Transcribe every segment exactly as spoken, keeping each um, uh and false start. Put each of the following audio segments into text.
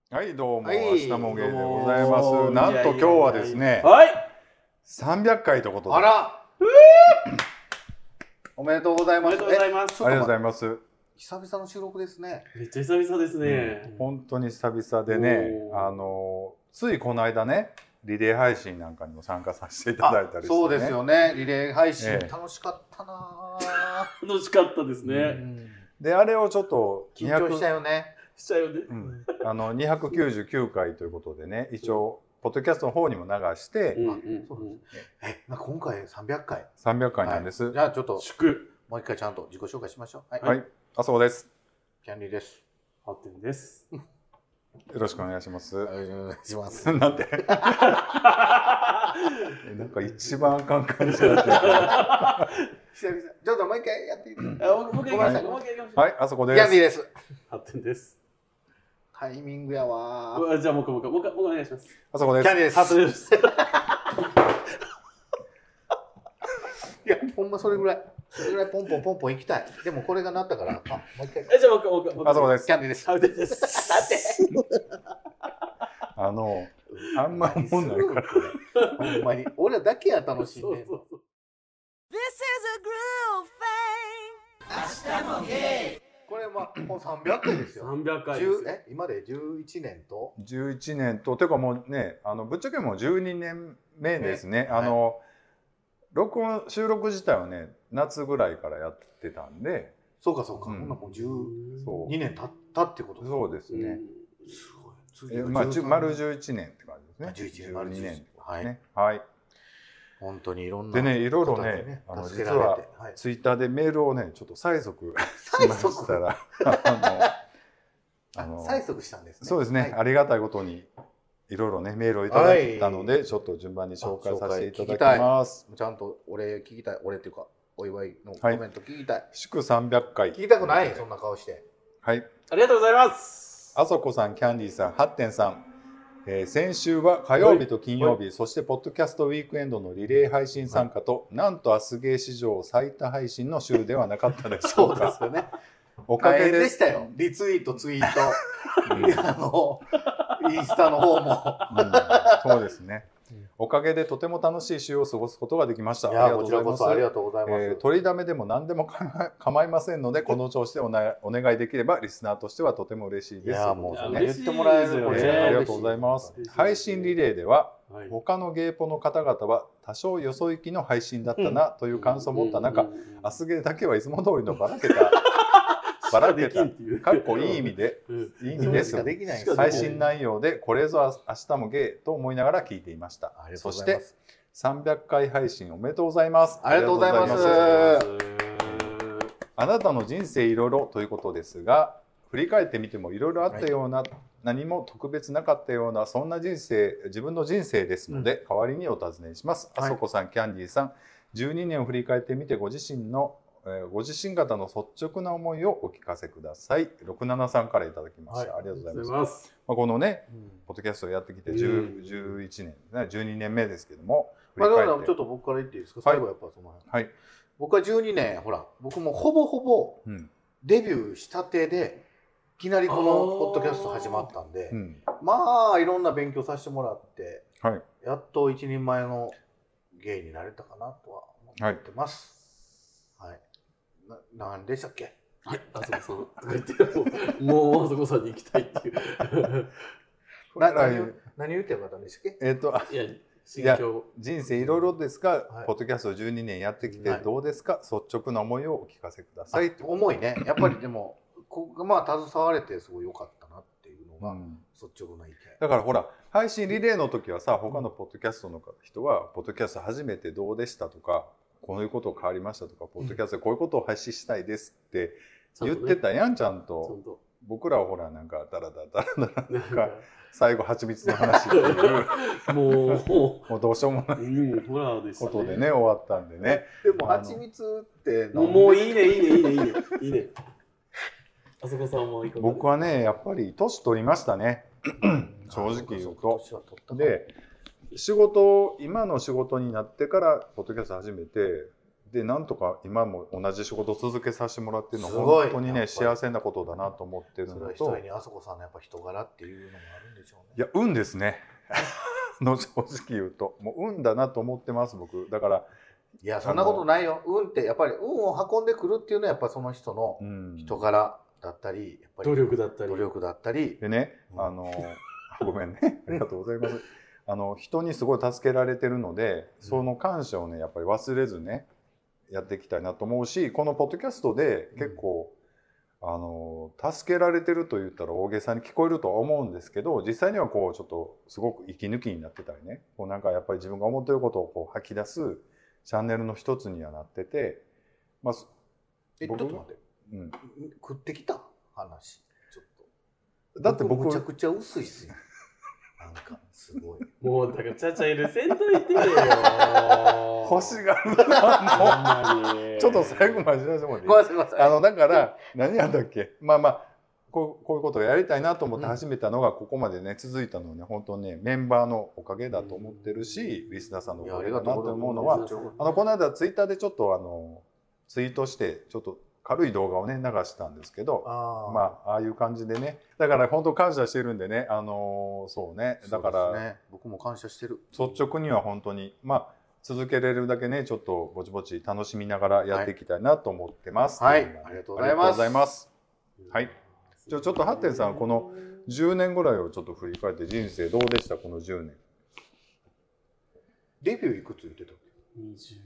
はい、どうも、 はい明日もげでございます。なんと今日はですね、 はい、 さんびゃっかいということで。 あら、おめでとうございます。 おめでとうございます。 ありがとうございます。 久々の収録ですね。 めっちゃ久々ですね。 うん、本当に久々でね、あのついこの間ね、リレー配信なんかにも参加させていただいたりして、ね、 そうですよね。リレー配信、ええ、楽しかったな。 楽しかったですね。うん、 で、あれをちょっと緊張したよね。 しちゃうよね。 うん、あのにひゃくきゅうじゅうきゅうかいということでね、一応ポッドキャストの方にも流して、うんうん、 え、今回さんびゃっかい。 さんびゃっかいなんです。 はい、じゃあちょっと祝もう一回ちゃんと自己紹介しましょう。 はい、はい、あそこです。 キャンディーです。 ハッテンです。 よろしくお願いします。 お願いします。 なんでなんか一番あかん感じになってる。 久々。ちょっともう一回やっていいですか。 もう一回行きましょう。もう一回行きましょう。 はい、あそこです。 キャンディーです。 ハッテンです。 タイミングやわ。 じゃあもう一回もう一回もう一回お願いします。 あそこです。 キャンディーです。 ハッテンです。 いや、ほんまそれぐらい。それぐらいポンポンポンポン行きたい。でもこれがなったから、あ、もう一回。 え、じゃあもう一回もう一回。 あそこです。 キャンディーです。 ハッテンです。 だって。 あの、あんま思んないから。 ほんまに。俺だけや楽しんでんの。This is a groove thing. 明日もゲイ。これまあもうさんびゃっかいですよ。 さんびゃっかいです。 え、今でじゅういちねんと。 じゅういちねんと、てかもうね、あのぶっちゃけもうじゅうにねんめですね。ね、あの、はい、録音収録自体はね、夏ぐらいからやってたんで。 そうかそうか。うん、ほんなもうじゅうにねん経ったってことですね。 そうですね。 すごい。 えまあ丸じゅういちねんって感じですね。 じゅういちねん、丸にねん。 はい。はい。 本当にいろんなでね、いろいろね、あの実はツイッターでメールをね、ちょっと催促しましたら、 あの催促したんですね。 そうですね。ありがたいことにいろいろねメールをいただいたので、ちょっと順番に紹介させていただきます。 ちゃんとお礼聞きたい、お礼っていうかお祝いのコメント聞きたい。 祝さんびゃっかい。 聞きたくない、そんな顔して。 はい。 ありがとうございます。 あそこさん、キャンディーさん、ハッテンさん。えー、先週は火曜日と金曜日、そしてポッドキャストウィークエンドのリレー配信参加と、なんとアスゲー史上最多配信の週ではなかったでしょうか。 そうですよね。 おかげででしたよ。リツイート、ツイート、あのインスタの方も、 うん、そうですね。おかげでとても楽しい週を過ごすことができました。 いや、こちらこそありがとうございます。 えー、取りだめでも何でも構いませんので、この調子でおなお願いできればリスナーとしてはとても嬉しいです。 いや、もうね、言ってもらえる、 これ、ありがとうございます。配信リレーでは、はい、他のゲイポの方々は多少よそ行きの配信だったなという感想を持った中、アスゲーだけはいつも通りのばらけた。ばらけた、かっこいい意味で、いい意味です。配信内容でこれぞ明日もゲイと思いながら聞いていました。そしてさんびゃっかい配信おめでとうございます。 ありがとうございます。 あなたの人生いろいろということですが、振り返ってみてもいろいろあったような、はい、何も特別なかったようなそんな人生、自分の人生ですので、うん、代わりにお尋ねします。あそこさん、キャンディーさん、じゅうにねんを振り返ってみてご自身のご自身方の率直な思いをお聞かせください。ろくななさんからいただきました。はい、ありがとうございます。まあこのね、うん、ポッドキャストをやってきてじゅう、じゅういちねん、じゅうにねんめですけども、 まあだからちょっと僕から言っていいですか。最後やっぱその辺。はい。僕はじゅうにねん、ほら、僕もほぼほぼデビューしたてで、いきなりこのポッドキャスト始まったんで、うん、まあいろんな勉強させてもらって、はい、やっと一人前のゲイになれたかなとは思ってます。はい。はいな、なんでしたっけ？ はい、あそこさんとか言ってもうあそこさんに行きたいっていうな何, 何言ってよかったんでしたっけ？ えっ、ー、といやいや人生いろいろですが、はい、ポッドキャストじゅうにねんやってきてどうですか、はい、率直な思いをお聞かせください。 思いね、やっぱりでもここまあ携われてすごい良かったなっていうのが率直な意見、うん、 だからほら配信リレーの時はさ、他のポッドキャストの人はポッドキャスト初めてどうでしたとか、こういうこと変わりましたとか、ポッドキャストでこういうことを配信したいですって言ってたやん、ちゃんと。僕らはほらなんかダラダラダラダラなんか最後蜂蜜の話っていうもうもうどうしようもないことでね終わったんでね。 でも蜂蜜ってもういいねいいねいいねいいねいいね。あそこさんもいかが？ 僕はねやっぱり年取りましたね正直言うと。で仕事今の仕事になってからポッドキャスト始めてでなんとか今も同じ仕事を続けさせてもらってるのは本当にね幸せなことだなと思ってるのと、 それは一重にあそこさんのやっぱ人柄っていうのもあるんでしょうね。 いや運ですねの正直言うともう運だなと思ってます僕。だからいやそんなことないよ。運ってやっぱり運を運んでくるっていうのはやっぱその人の人柄だったり、やっぱり努力だったり努力だったりでね、うん、あのごめんねありがとうございますあの人にすごい助けられてるので、その感謝をねやっぱり忘れずねやっていきたいなと思うし、このポッドキャストで結構、うん、あの助けられてると言ったら大げさに聞こえるとは思うんですけど、実際にはこうちょっとすごく息抜きになってたりね、こうなんかやっぱり自分が思ってることをこう吐き出すチャンネルの一つにはなってて、まあ、 えちょっと待って、うん、食ってきた話ちょっとだって僕むちゃくちゃ薄いっすよなんかすごいもうだからちゃちゃいるせんといてよ欲しがるなもうちょっと最後まで知らせてもらっていい？ごめんなさい。あのだから何やったっけ、まあまあこう、こういうことをやりたいなと思って始めたのがここまでね続いたのはね本当ねメンバーのおかげだと思ってるし、リスナーさんのおかげだなと思うのは、あのこの間ツイッターでちょっとあのツイートしてちょっと軽い動画をね流したんですけど、あまあああいう感じでね、だから本当感謝してるんでね、あのそうね、だから、 ね、僕も感謝してる。 率直には本当にまあ続けれるだけねちょっとぼちぼち楽しみながらやっていきたいなと思ってます。 はい、はい、ありがとうございます。 はい。じゃあちょっとハッテンさんこのじゅうねんぐらいをちょっと振り返って人生どうでしたこのじゅうねん。 デビューいくつ言ってたっけ？ にじゅう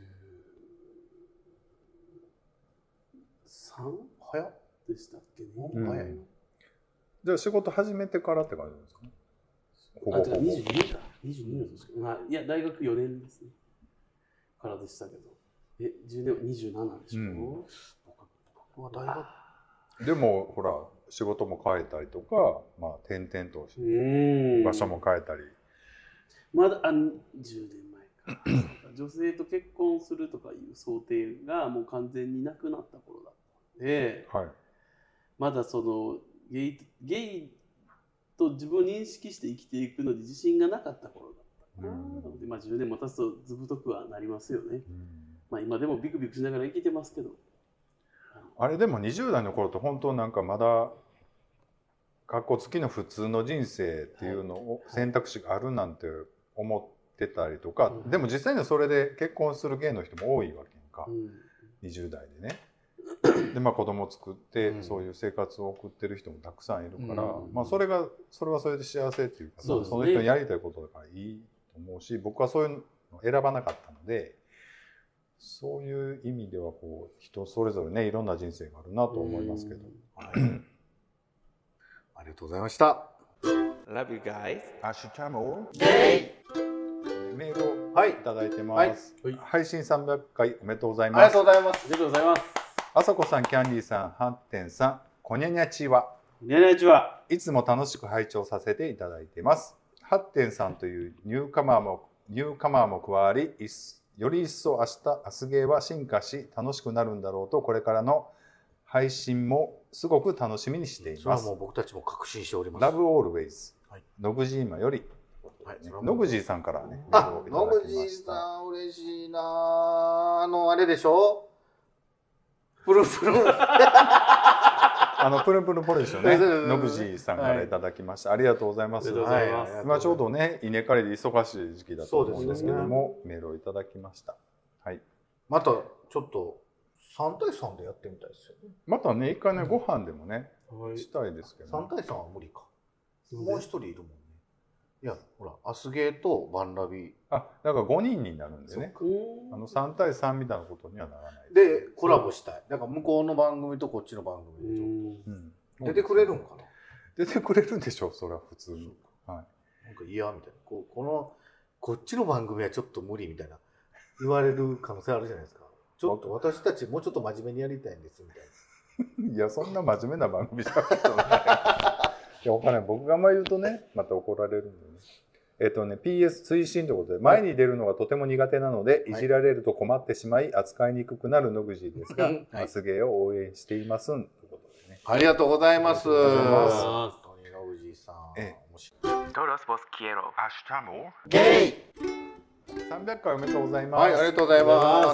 さん早っでしたっけね。 うん、早いな。 じゃあ仕事始めてからって感じですかね。 ほぼほぼ。あ、にじゅうにか。にじゅうにの年か。まあいや大学よねんですね。からでしたけど。え、じゅうねんはにじゅうななでしょ。うん、 僕は大学。 でもほら仕事も変えたりとか、まあ転々と場所も変えたり。 まだあじゅうねんまえか。女性と結婚するとかいう想定がもう完全になくなった頃だったんで、 はい、 まだそのゲイ、ゲイと自分を認識して生きていくのに自信がなかった頃だったかな。のでまあじゅうねんも経つとずぶとくはなりますよね。まあ今でもビクビクしながら生きてますけど。 あれでもにじゅう代の頃って本当なんかまだ格好付きの普通の人生っていうのを選択肢があるなんて思ってたりとか、はい、でも実際にはそれで結婚するゲイの人も多いわけか、うん、にじゅう代でねでまあ子供を作ってそういう生活を送ってる人もたくさんいるから、うん、まあそれがそれはそれで幸せっていうか、そうですね、その人にやりたいことだからいいと思うし、僕はそういうのを選ばなかったので、そういう意味ではこう人それぞれねいろんな人生があるなと思いますけど、はい、 ありがとうございました。 Love you guys。 アッシュチャムゲイメールをいただいてます、はいはい、配信さんびゃっかいおめでとうございます。 ありがとうございます。 ありがとうございます。 あさこさん、キャンディーさん、ハッテンさん、こにゃにゃちは。 こにゃにゃちは。 いつも楽しく拝聴させていただいています。ハッテンさんというニューカマーもニューカマーも加わり、より一層明日明日ゲーは進化し楽しくなるんだろうと、これからの配信もすごく楽しみにしています。それはもう僕たちも確信しております。 Love Always、はい、ノグジーマより、はい、ノグジーさんからね、 あ、ノグジーさん嬉しいな。あのあれでしょ、プルンプルンあのプルンプルンポリッシュね、ノグジーさんからいただきました、はい、ありがとうございます。はい、今ちょうどね稲刈りで忙しい時期だと思うんですけども、ね、メールをいただきました。はい。またちょっとさん対さんでやってみたいですよね。またね一回ねご飯でもね、はい、したいですけど、ね、さん対さんは無理か。もう一人いるもんね。いやほらアスゲーとバンラビ、 あ、だからごにんになるんでね、あのさん対さんみたいなことにはならないでコラボしたい。だから向こうの番組とこっちの番組でちょっと、うん、出てくれるんかな。 出てくれるんでしょう、それは普通に。はい、 なんか嫌みたいな、こうこのこっちの番組はちょっと無理みたいな言われる可能性あるじゃないですか。ちょっと私たちもうちょっと真面目にやりたいんですみたいな。 いやそんな真面目な番組じゃないと思う。いや分からない、僕があんまり言うとねまた怒られるんでね。えっとね ピーエス 追伸ということで、前に出るのがとても苦手なので、はい、いじられると困ってしまい扱いにくくなる野口ですが、はい、マスゲーを応援していますということでね。 ありがとうございます。本当に野口さん、 ええ、Todos vos quiero。 ゲイさんびゃっかいおめでとうございます。 はい、ありがとうございます。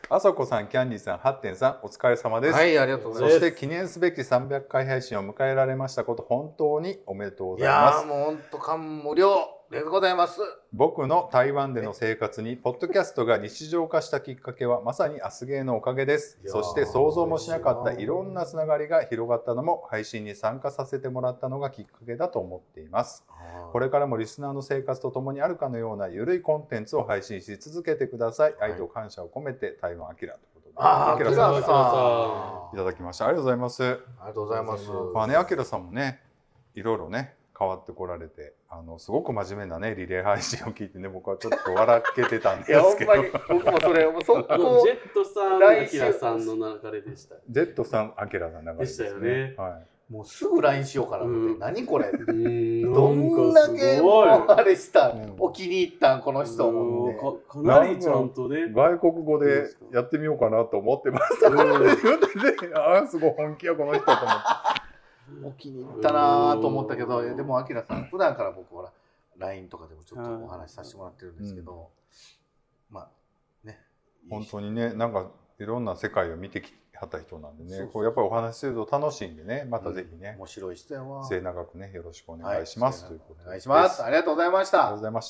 あさこさん、キャンディーさん、ハッテンさん、お疲れ様です。 はい、ありがとうございます。 そして記念すべきさんびゃっかい配信を迎えられましたこと、本当におめでとうございます。 いやー、もう本当感無量でございます。 僕の台湾での生活にポッドキャストが日常化したきっかけはまさにアスゲーのおかげです。そして想像もしなかったいろんなつながりが広がったのも配信に参加させてもらったのがきっかけだと思っています。これからもリスナーの生活とともにあるかのようなゆるいコンテンツを配信し続けてください。愛と感謝を込めて台湾アキラということで、 あアキラさんいただきました。ありがとうございます。ありがとうございます。 まあね、アキラさんもね、いろいろね変わってこられて、あのすごく真面目なねリレー配信を聞いてね、僕はちょっと笑けてたんですけど。いやほんまに僕もそれもうそこジェットさん、アキラさんの流れでした。 ジェットさん、アキラさんの流れでしたよね。 はい。 もうすぐ ライン しようかなと思って、何これ。どんだけあれした、お気に入ったんこの人思って。かなりちゃんとね。 外国語でやってみようかなと思ってました。ああすごい本気やこの人と思って。 お気に入ったなと思ったけど、でもアキラさん普段から僕ほら ライン とかでもちょっとお話しさせてもらってるんですけど、まあね本当にね、なんかいろんな世界を見てきはった人なんでね、こうやっぱりお話しすると楽しいんでね、またぜひね、 面白い人やわ。 末永くねよろしくお願いしますということで。 お願いします。ありがとうございました。 ありがとうございました。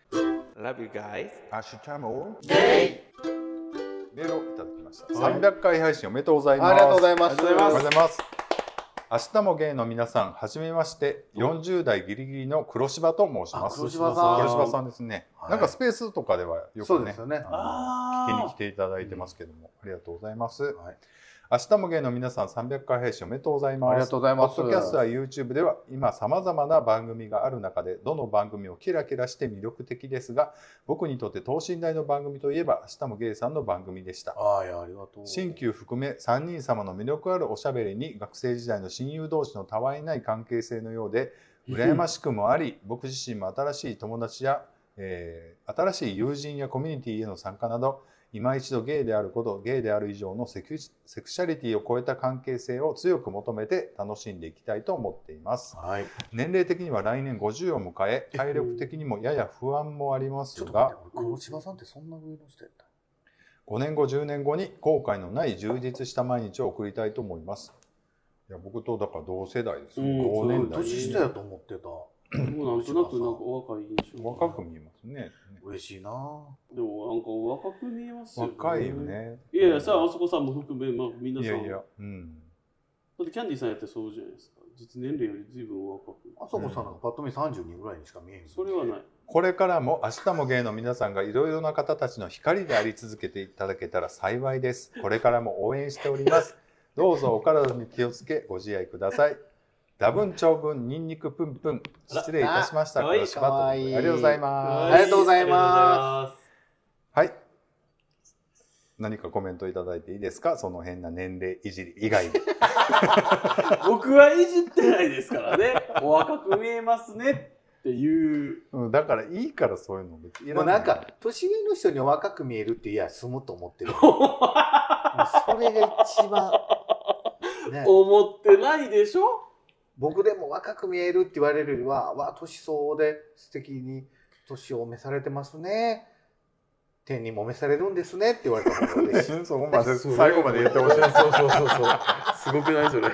Love you guys。 アッシュチャムメールをいただきました。さんびゃっかい配信おめでとうございます。 ありがとうございます。 ありがとうございます。明日もゲイの皆さん、はじめまして、よんじゅう代ギリギリの黒柴と申します。 黒柴さん。 黒柴さんですね。はい、なんかスペースとかではよくね、 ね聞きに来ていただいてますけども、ありがとうございます。はい、明日もゲイの皆さん、さんびゃっかい配信おめでとうございます。 ありがとうございます。 ポッドキャストや YouTube では今さまざまな番組がある中で、どの番組もキラキラして魅力的ですが、僕にとって等身大の番組といえば、明日もゲイさんの番組でした。 ああ、いや、ありがとう。 新旧含めさんにん様の魅力あるおしゃべりに、学生時代の親友同士のたわいない関係性のようで、羨ましくもあり、僕自身も新しい友達や、えー、新しい友人やコミュニティへの参加など、今一度ゲイであること、ゲイである以上のセクシャリティを超えた関係性を強く求めて楽しんでいきたいと思っています。 はい、 年齢的には来年ごじゅうを迎え、体力的にもやや不安もありますが、 黒柴さんってそんな上の人やった？ ごねんご、じゅうねんごに後悔のない充実した毎日を送りたいと思います。いや僕とだから同世代ですよ。 同年代。年下やと思ってた。 もうなんとなくなんか若い印象。 若く見えますね。 嬉しいな。 でもなんか若く見えますよね。 若いよね。 いやいやさあ、あそこさんも含め、まあ皆さん。 いやいや、うん。 だってキャンディーさんやってそうじゃないですか。実年齢より随分若く。 あそこさんなんかパッと見さんじゅうにぐらいにしか見えへん。 それはない。 これからも明日もゲイの皆さんがいろいろな方たちの光であり続けていただけたら幸いです。これからも応援しております。どうぞお体に気をつけご自愛ください。多分長文ニンニクプンプン失礼いたしました。黒柴とありがとうございます。 ありがとうございます。 はい。何かコメントいただいていいですか？その変な年齢いじり以外で。 僕はいじってないですからね。お若く見えますねっていう。 うん、だからいいからそういうの別に。もうなんか年上の人に若く見えるっていや済むと思ってる。それが一番、 ね、思ってないでしょ？ 僕でも若く見えるって言われるよりは、わ、年相応で素敵に年をお召されてますね。天にも召されるんですねって言われた方が嬉しい。 そこまで最後まで言ってほしい。 そうそうそうそう。すごくないそれ。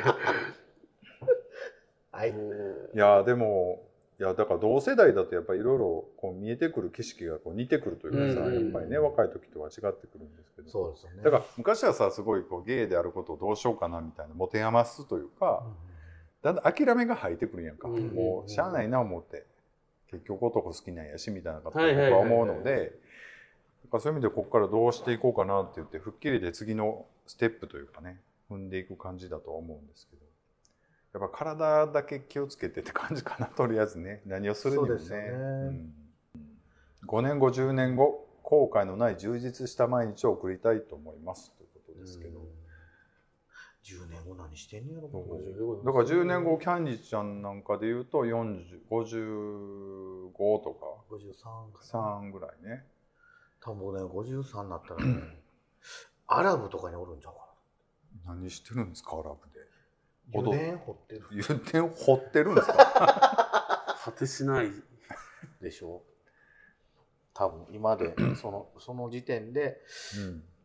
はい。 いやでもいやだから同世代だとやっぱりいろいろこう見えてくる景色がこう似てくるというかさ、やっぱりね若い時とは違ってくるんですけど。 そうですよね。 だから昔はさすごいこうゲイであることをどうしようかなみたいな持て余すというか。うんだんだん諦めが入ってくるんやんか、うん、もうしゃあないな思って結局男好きなんやしみたいなこと僕は思うのでそういう意味でここからどうしていこうかなって言って吹っ切りで次のステップというかね踏んでいく感じだとは思うんですけどやっぱ体だけ気をつけてって感じかなとりあえずね何をするにもね。そうですよね、うん、ごねんごじゅうねんご後悔のない充実した毎日を送りたいと思いますということですけど。 じゅうねんご何してんねやろ。 だからじゅうねんごキャンディちゃんなんかで言うとよんじゅう、ごじゅうごとかごじゅうさんかさんぐらいね。 多分ねごじゅうさんになったらねアラブとかにおるんちゃうかな。何してるんですかアラブで。 油田掘ってる。 油田掘ってるんですか。 果てしないでしょ。多分今でそのその時点で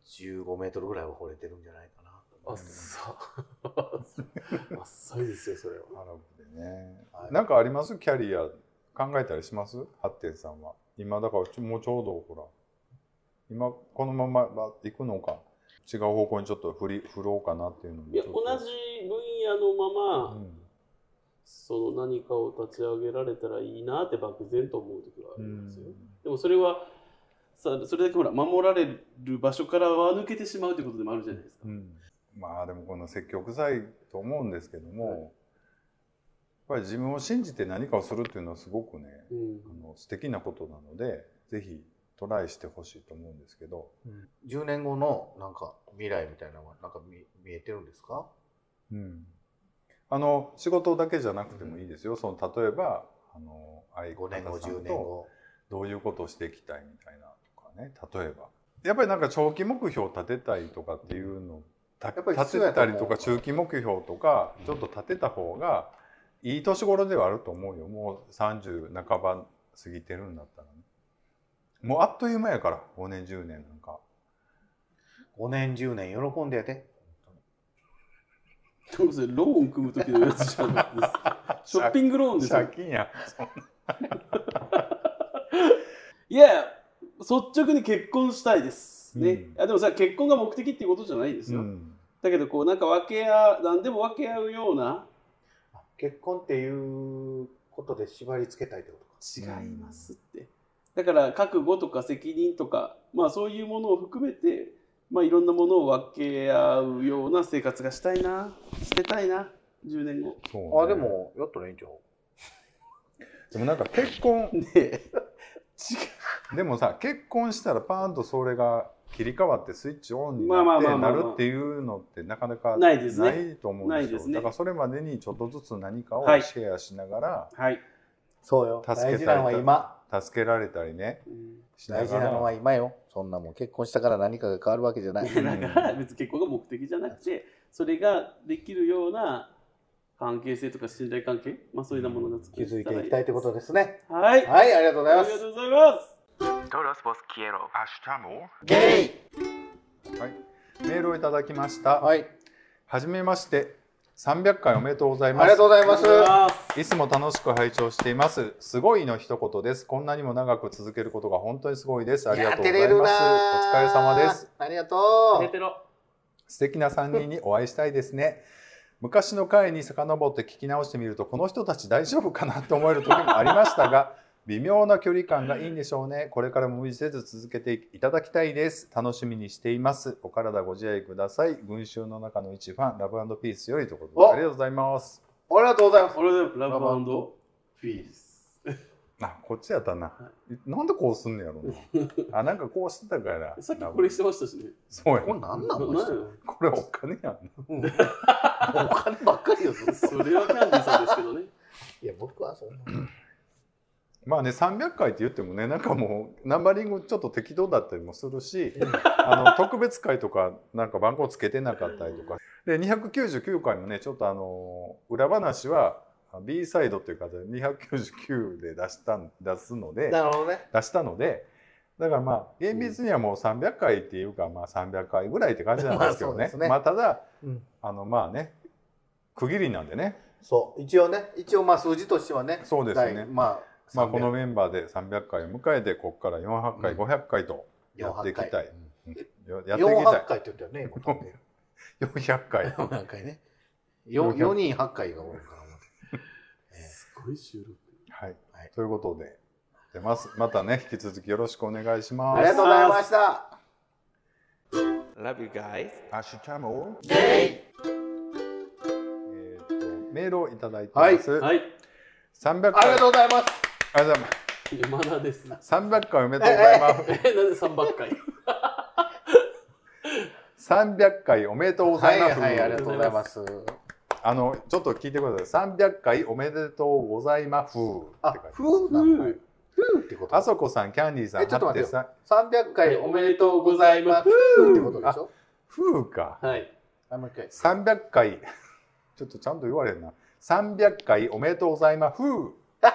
じゅうごメートルぐらいは掘れてるんじゃないかなと思あっさ浅いですよそれは。 アラブでね、 はい、 なんかあります？キャリア考えたりします？発展さんは今だからもうちょうどほら今このまま行くのか違う方向にちょっと振り振ろうかなっていうのもいや同じ分野のまま、うん、その何かを立ち上げられたらいいなって漠然と思う時はありますよ、うん、でもそれはさそれだけほら守られる場所からは抜けてしまうということでもあるじゃないですか、うん、 まあでもこの積極臭いと思うんですけども、はい、やっぱり自分を信じて何かをするっていうのはすごくね、うん、あの素敵なことなのでぜひトライしてほしいと思うんですけど、 うん、じゅうねんごのなんか未来みたいなのはなんか 見, 見えてるんですか？ うん、あの仕事だけじゃなくてもいいですよ、うん、その例えばあのごねんごじゅうねんごどういうことをしていきたいみたいなとかね、例えばやっぱりなんか長期目標を立てたりとかっていうの、やっぱり立てたりとか中期目標とかちょっと立てた方がいい年頃ではあると思うよ。もうさんじゅう半ば過ぎてるんだったらね、もうあっという間やからごねんじゅうねんなんかごねんじゅうねん喜んでやで。 どうせローン組む時のやつじゃないですか。ショッピングローンですよ。 借金や。 いや率直に結婚したいですね、うん、いやでもさ結婚が目的っていうことじゃないですよ、うん、だけどこうなんか分け合う何でも分け合うような結婚っていうことで縛り付けたいってことか。 違いますって、だから覚悟とか責任とか、まあ、そういうものを含めて、まあ、いろんなものを分け合うような生活がしたいなしてたいなじゅうねんご。 そうね、あでもやったらいいんちゃう。 でもなんか結婚ねえ違うでもさ結婚したらパーンとそれが切り替わってスイッチオンになってなるっていうのってなかなかないと思うんですよ。だからそれまでにちょっとずつ何かをシェアしながら、 はい、 そうよ。大事なのは今。 助けられたりね、うん、 大事なのは今よ。そんなもん結婚したから何かが変わるわけじゃない。 だから別に結婚が目的じゃなくてそれができるような関係性とか信頼関係、まあそういうようなものが作って築いていきたいということですね。 はい、 はい、ありがとうございます。 ありがとうございます。 Todos vos quiero. ゲイ。はい、メールをいただきました。 はい。 はじめまして。さんびゃっかいおめでとうございます。 ありがとうございます。 いつも楽しく拝聴しています。すごいの一言です。こんなにも長く続けることが本当にすごいです。ありがとうございます。お疲れ様です。 ありがとう。 素敵なさんにんにお会いしたいですね。昔の回に遡って聞き直してみると、この人たち大丈夫かなと思える時もありましたが、微妙な距離感がいいんでしょうね。これからも無理せず続けていただきたいです。楽しみにしています。お体ご自愛ください。群衆の中の一ファン、ラブ&ピースよりということで、ありがとうございます。 ありがとうございます。 ありがとうございます。ラブ&ピース。 あ、こっちやったな。なんでこうすんねやろうな。あ、なんかこうしてたから。 さっきこれしてましたしね。 そうや。 これ何なの？ これお金やん。 お金ばっかりよ。 それはキャンディーさんですけどね。 いや、僕はそんな。 まあね、さんびゃっかいって言ってもね、なんかもうナンバリングちょっと適当だったりもするし、あの特別会とかなんか番号つけてなかったりとかで、にひゃくきゅうじゅうきゅうかいもね、ちょっとあの裏話は B サイドっていう形でにひゃくきゅうじゅうきゅうで出した出すので、 なるほどね、 出したので、だからまあ厳密にはもうさんびゃっかいっていうか、まあさんびゃっかいぐらいって感じなんですけどね。まあただ、うん、あのまあね、区切りなんでね。 そう一応ね、一応まあ数字としてはね。 そうですね。 まあ。 まあこのメンバーでさんびゃっかいを迎えて、ここからよんひゃっかい、ごひゃっかいとやっていきたい。 やっていきたい。よんひゃっかいって言ったよね、今。 よんひゃっかい。 よんひゃっかいね。よにんはちかいが多いから。 すごい収録。 はい。ということで、出ます。またね、引き続きよろしくお願いします。 ありがとうございました。 Love you guys. アシュチャモゲイ。えっとメールをいただいてます。 はい。 さんびゃっかい。 ありがとうございます。 ありがとうございます。 山田です。 さんびゃっかいおめでとうございます。 え、なんでさんびゃっかい？ さんびゃっかいおめでとうございます。 はい、はい、ありがとうございます。 あのちょっと聞いてください。さんびゃっかいおめでとうございます。 あ、ふうなの。ふうってこと。 あそこさん、キャンディーさん、 え、ちょっと待ってさんびゃっかいおめでとうございます。ふうってことでしょ。 ふうか。 はい。 さんびゃっかいちょっとちゃんと言われるな。さんびゃっかいおめでとうございます。ふう。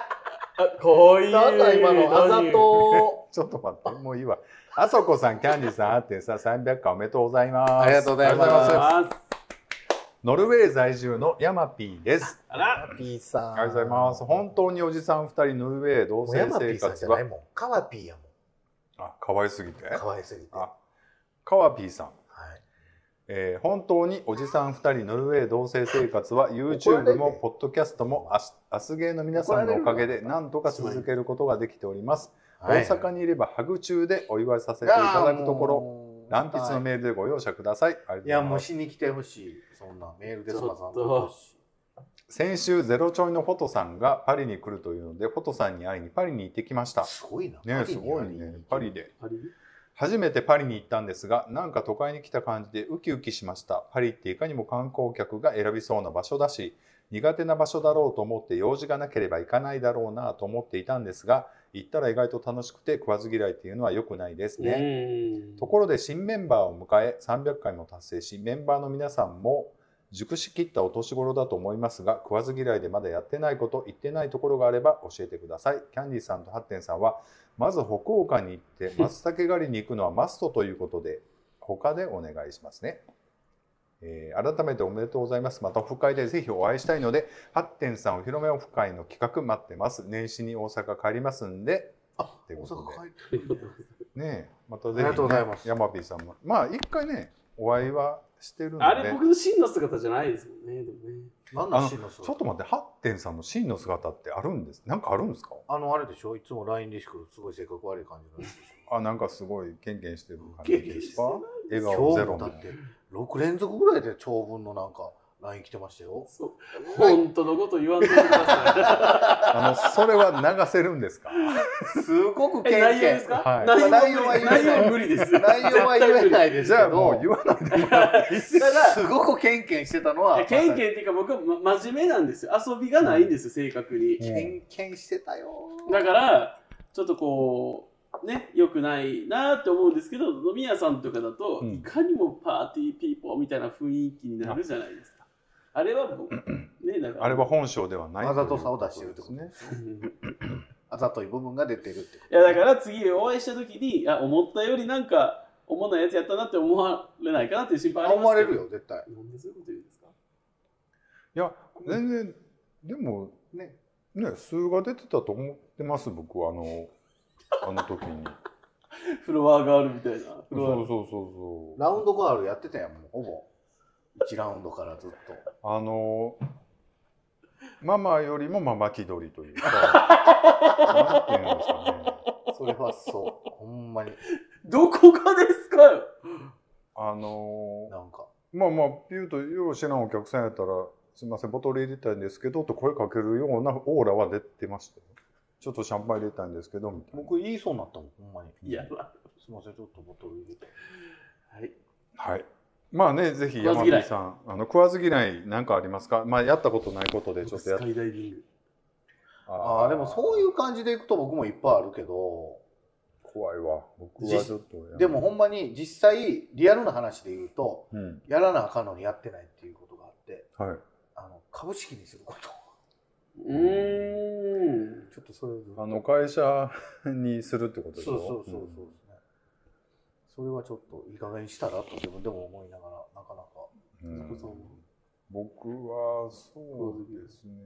こういうなんだ今のあざとちょっと待ってもういいわ。あそこさんキャンディーさんあってささんびゃっかいおめでとうございます。 ありがとうございます。 ありがとうございます。ノルウェー在住のヤマピーです。 あら、 ヤマピーさん。 ありがとうございます。本当におじさんふたりノルウェー同棲生活は。 カワピーやもん。 あ、可愛すぎて。 可愛すぎて。 あ、カワピーさん。 はい。 えー、本当におじさんふたりノルウェー同棲生活は YouTube もポッドキャストもアスゲーの皆さんのおかげで何とか続けることができております。大阪にいればハグ中でお祝いさせていただくところ、乱筆のメールでご容赦ください。 いやもうしに来てほしい。そんなメールでそんなさんと。 先週ゼロちょいのフォトさんがパリに来るというのでフォトさんに会いにパリに行ってきました。 すごいな。 ね、すごいね。パリで。 パリ初めてパリに行ったんですが、なんか都会に来た感じでウキウキしました。パリっていかにも観光客が選びそうな場所だし、苦手な場所だろうと思って用事がなければ行かないだろうなと思っていたんですが、行ったら意外と楽しくて食わず嫌いっていうのは良くないですね。ところで新メンバーを迎えさんびゃっかいも達成し、メンバーの皆さんも熟しきったお年頃だと思いますが、食わず嫌いでまだやってないこと、言ってないところがあれば教えてください。キャンディーさんとハッテンさんは、まず北岡に行って松茸狩りに行くのはマストということで、他でお願いしますね。えー、改めておめでとうございます。またオフ会でぜひお会いしたいので、ハッテンさんお披露目オフ会の企画待ってます。年始に大阪帰りますんで、 あ、大阪帰ってねえ、またぜひ、ね、 ありがとうございます。 ヤマピーさんも、まあ一回ね、お会いはしてるので、 あれ僕の真の姿じゃないですもんね。でもね。 何の真の姿？ ちょっと待って、ハッテンさんの真の姿ってあるんです。なんかあるんですか？ あのあれでしょ。いつも ライン でしかすごい性格悪い感じなんでしょ。あ、なんかすごいケンケンしてる感じですか？笑顔ゼロの。 だってろく連続ぐらいで長文のなんか ライン 来てましたよ。 そう。本当のこと言わんといてください。 あのそれは流せるんですか？ すごくケンケン。 内容ですか？ はい、 内容は言えない。 内容無理です。 内容は言えないですけど。 じゃあもう言わないでもらっていいですか？ すごくケンケンしてたのは。 ケンケンっていうか僕は真面目なんですよ。遊びがないんですよ、正確に。 ケンケンしてたよ。 だからちょっとこう。ね、良くないなって思うんですけど、飲み屋さんとかだと、うん、いかにもパーティーピーポーみたいな雰囲気になるじゃないですか。あれは僕、ね、 だからあれは本性ではない。 あざとさを出してるってことね。あざとい部分が出てるってこと。 いやだから次お会いした時に、あ、思ったよりなんか思わないやつやったなって思われないかなっていう心配ありますけど。 思われるよ絶対。 なんでそういうこと言うんですか？ いや全然でもねね数が出てたと思ってます僕はあの。あの時にフロアガールみたいな。 そうそうそうそう。 ラウンドガールやってたやんもうほぼいちラウンドからずっと。 あのママよりもママ気取りというか。なんていうんですかね。 それはそうほんまに。 どこがですかよ。 あのなんかまあまあピューとよう知らんお客さんやったらすみませんボトル入れたいんですけどと声かけるようなオーラは出てましたよ。ちょっとシャンパン入れたいんですけどみたいな。 僕言いそうになったもんほんまに。 いや、 すみませんちょっとボトル入れて。 はい。 はい。まあねぜひ山口さんあの食わず嫌いなんかありますか？まあやったことないことでちょっとやっ。 スカイダイビング。 ああでもそういう感じでいくと僕もいっぱいあるけど。 怖いわ。僕はちょっと。 でもほんまに実際リアルな話で言うと、 うん、 やらなあかんのにやってないっていうことがあって、 はい、 あの株式にすること。 うーん。 ちょっとそれあの会社にするってことでしょ。 そうそうそうそうですね。それはちょっといい加減したらと自分でも思いながらなかなか。 うん、僕はそうですね。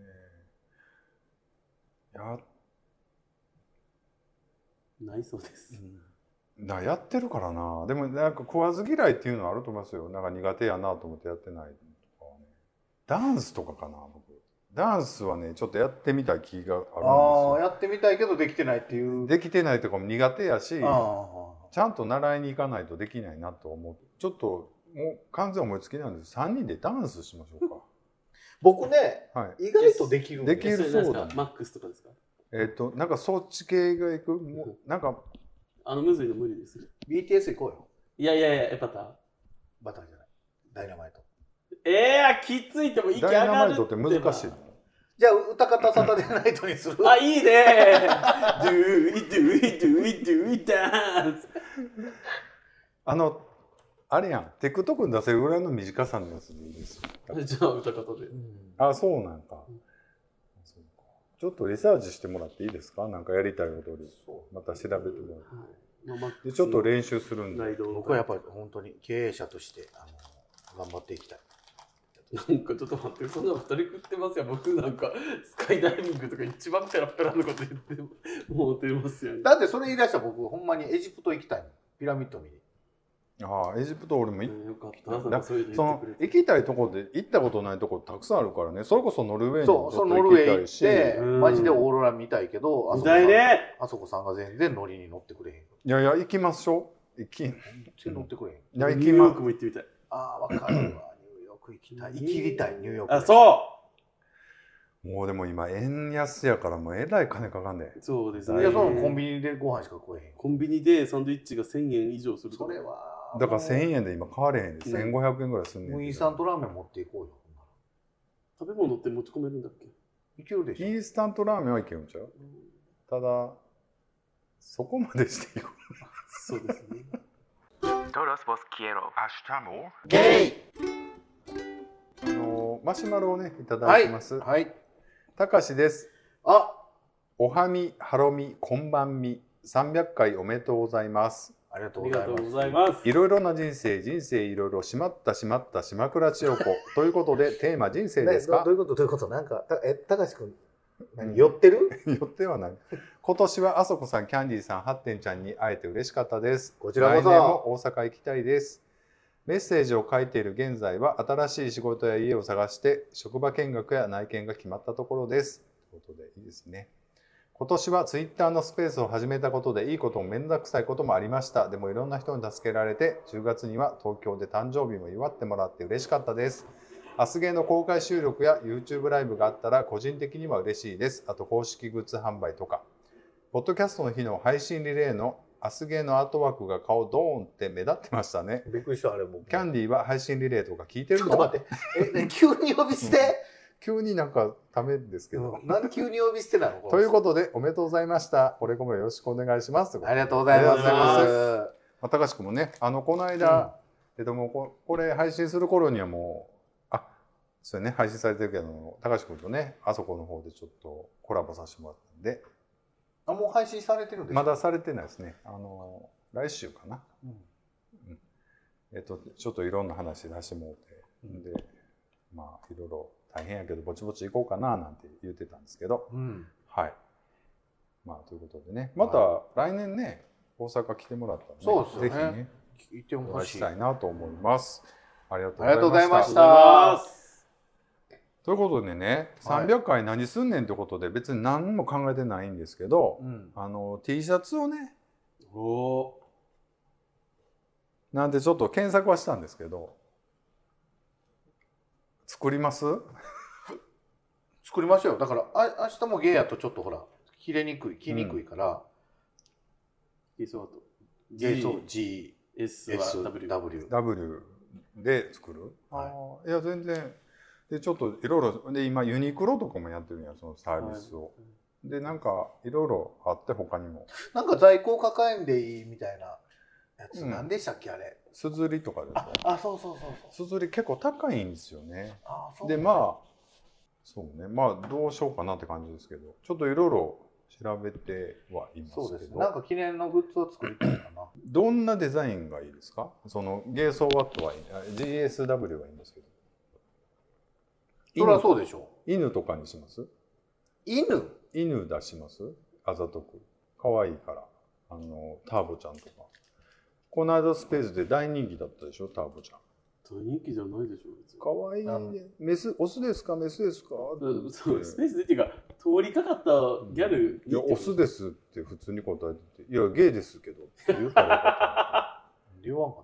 やないそうです。 うん、なやってるからな。でもなんか食わず嫌いっていうのはあると思いますよ。なんか苦手やなと思ってやってないとかね。ダンスとかかな僕。ダンスはねちょっとやってみたい気があるんですよ。 ああやってみたいけどできてないっていう。 できてないとかも苦手やし、ちゃんと習いに行かないとできないなと思う。ちょっともう完全思いつきなんです。さんにんでダンスしましょうか。 僕ね、はい、意外とできるんできるそうだ、 ね。マックスとかですか？ えっとなんかそっち系がいく、もうなんかあのむずいの無理です。 ビーティーエス 行こうよ。 いやいやいやエパター。 バターじゃない。ダイナマイト。 ええー、きついっても息上がるって。 ダイナマイトって難しい。 じゃあ歌方サタデーナイトにする。 あいいね。ドゥイドゥイドゥイドゥイダンス。 あのあれやん TikTok に出せるぐらいの短さのやつでいいですよ。 じゃあ歌方で。 あそうなんか。 ちょっとリサーチしてもらっていいですか？なんかやりたい踊りまた調べてもらって、はい、でちょっと練習するんで。 僕はやっぱり本当に経営者としてあの頑張っていきたい。 なんかちょっと待って、そんなふたり食ってますよ。僕なんかスカイダイビングとか一番ペラペラのこと言ってもうてますよね。 だってそれ言い出したら僕ほんまにエジプト行きたいの。ピラミッド見に。 ああ、エジプト俺も行きたい。 その行きたいとこで行ったことないとこたくさんあるからね。それこそノルウェーにもちょっと行きたいし、 マジでオーロラ見たいけど、 見たいね。 あそこさんが全然乗りに乗ってくれへん。 いやいや行きましょう。行き。 全然乗ってくれへん。 いや行きます。ニューヨークも行ってみたい。 ああ、わかるわ。ニューヨーク行きたい。行きりたい、ニューヨーク。 あ、そう。 もうでも今円安やからもうえらい金かかんねん。 そうですね。 いや、そのコンビニでご飯しか食えへん。 コンビニでサンドイッチがせんえん以上すると。 それは。 だからせんえんで今買われへんで、せんごひゃくえんぐらいすんねん。 もうインスタントラーメン持っていこうよ。 食べ物って持ち込めるんだっけ？ いけるでしょ。 インスタントラーメンはいけるんちゃう？ただそこまでしていこう。 そうですね。 Todos vos quiero. ゲイ。 あのマシュマロをねいただきます。 はい。 たかしです。 あ、 おはみはろみこんばんみさんびゃっかいおめでとうございます。 ありがとうございます。 いろいろな人生、人生いろいろしまったしまった島倉千代子ということでテーマ人生ですか？ どういうことどういうことなんかたえたかしくん何寄ってる？ 寄ってはない。今年はあそこさん、キャンディーさん、はってんちゃんに会えて嬉しかったです。 こちらこそ。 来年も大阪行きたいです。メッセージを書いている現在は新しい仕事や家を探して職場見学や内見が決まったところです。ということでいいですね。今年はツイッターのスペースを始めたことでいいこともめんどくさいこともありました。でもいろんな人に助けられてじゅうがつには東京で誕生日も祝ってもらって嬉しかったです。アスゲーの公開収録や YouTube ライブがあったら個人的には嬉しいです。あと公式グッズ販売とか。ポッドキャストの日の配信リレーのアスゲーのアートワークが顔ドーンって目立ってましたね。 びっくりしたあれも。 キャンディーは配信リレーとか聞いてるの？ ちょっと待って。え、急に呼び捨て？ 急になんかダメですけど。 なんで急に呼び捨てなの？ ということでおめでとうございました。これからもよろしくお願いします。 ありがとうございます。 まあ、高橋君もね、あのこの間、うん、えっともうここれ配信する頃にはもうあ、それね配信されてるけど、高橋君とねあそこの方でちょっとコラボさせてもらったんで。 あ、もう配信されてるんですか？ まだされてないですね。あの来週かな。うんうん、えっとちょっといろんな話出してもらって、うん、でまあいろいろ。大変やけどぼちぼち行こうかななんて言ってたんですけど、うん、はい。まあということでね、また来年ね大阪来てもらったらね、 そうですよね。 ぜひね行ってほしいしたいなと思います。ありがとうございました。 ということでね、さんびゃっかい何すんねんってことで別に何も考えてないんですけど、うん、あの T シャツをね、おなんてちょっと検索はしたんですけど。作ります作りましょうよ。だからあ明日もゲイやとちょっとほら切れにくい切りにくいから、 ゲイソートゲイソー ジーエス ダブリューダブリュー で作る、はい、いや全然でちょっといろいろで今ユニクロとかもやってるんやそのサービスを、はい、でなんかいろいろあって他にもなんか在庫抱えんでいいみたいなやつ、うん、何でしたっけあれすずりとかでああそうそうそうそうすずり結構高いんですよね。あそうでまあそうねまあどうしようかなって感じですけどちょっといろいろ調べてはいますけどそうです、 ね、なんか記念のグッズを作りたいかなどんなデザインがいいですか？そのゲイソーワットはいい ジーエスダブリュー はいいんですけどそれはそうでしょう犬とかにします？ 犬犬出しますあざとくかわいいからあのターボちゃんとかこの間スペースで大人気だったでしょターボちゃん。 大人気じゃないでしょ。 かわいいね。メスオスですかメスですか？ そうスペースでっていうか通りかかったギャル、 うん、いやオスですって普通に答えてていやゲイですけどって言うたらよかった言わんかった。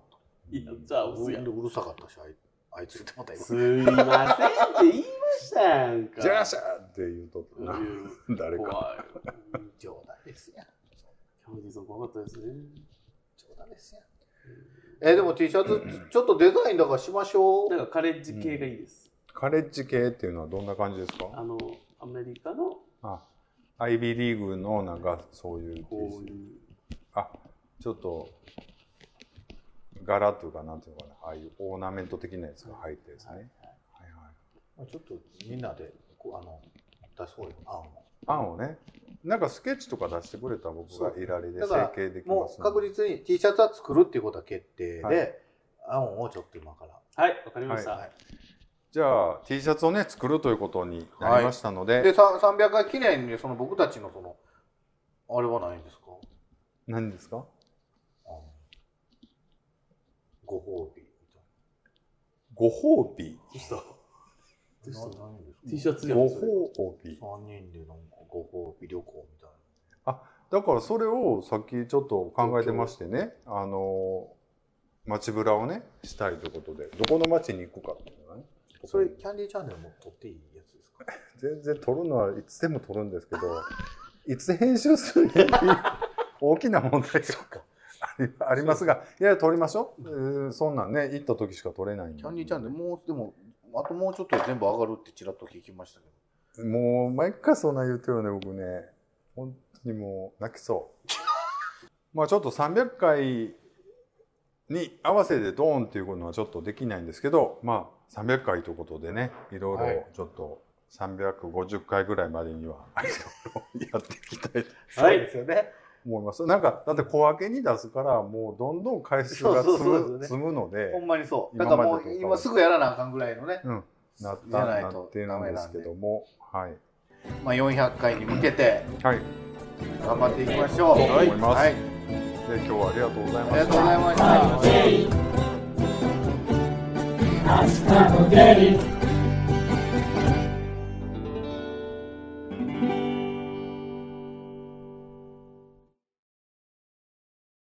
いやじゃあオスやうるさかったしあいつ言ってもらったすいませんって言いましたやんか。 じゃあしゃーって言うとったな誰か。 冗談ですやん。 キャンディーさん怖かったですね。 冗談ですやん。えー、でも T シャツちょっとデザインだからしましょう。 なんかカレッジ系がいいです、 うん、カレッジ系っていうのはどんな感じですか？ あのアメリカのあアイビーリーグのなんかそういう T シャツあちょっと柄というかなんていうのかなああいうオーナメント的なやつが入ってですね、はいはいはいはい、 ちょっとみんなでこうあの出そうよ案を案をね、なんかスケッチとか出してくれたら僕がいられで成形できもますう確実に T シャツは作るっていうことは決定で、はい、案をちょっと今からはいわかりました、はい、 じゃあ T シャツをね作るということになりましたので、はい、 でさんびゃっかい記念にその僕たちのそのあれはないんですか？ 何ですか？ ご褒美みたいな。 ご褒美？ どうした？どうした？ T シャツじゃん。ご褒美。 さんにんでなんかご褒美旅行みたいな。あ、だからそれをさっきちょっと考えてましてね、あの街ブラをねしたいということで、どこの街に行くかっていうのはね。 それキャンディーチャンネルも撮っていいやつですか？ 全然撮るのはいつでも撮るんですけど、いつ編集するに大きな問題がありますが、いや撮りましょう。えー、そんなんね行った時しか撮れないんで。 キャンディーチャンネルもうでもあともうちょっとで全部上がるってちらっと聞きましたけど。もう毎回そんな言ってるよね僕ね。本当にもう泣きそう。まあちょっとさんびゃっかいに合わせてドーンっていうことはちょっとできないんですけど、まあさんびゃっかいということでね、いろいろちょっとさんびゃくごじゅっかいぐらいまでにはいろいろやっていきたいと、 はい、そうですよね。 思います。なんかだって小分けに出すからもうどんどん回数が積む、積むので、 ほんまにそう。だからもう今すぐやらなあかんぐらいのね、 うん、なったなってなんですけども、はい。 まあよんひゃっかいに向けて、 はい、 頑張っていきましょう。 と思います。 はい。 で今日はありがとうございました。 ありがとうございました。 Hasta luego.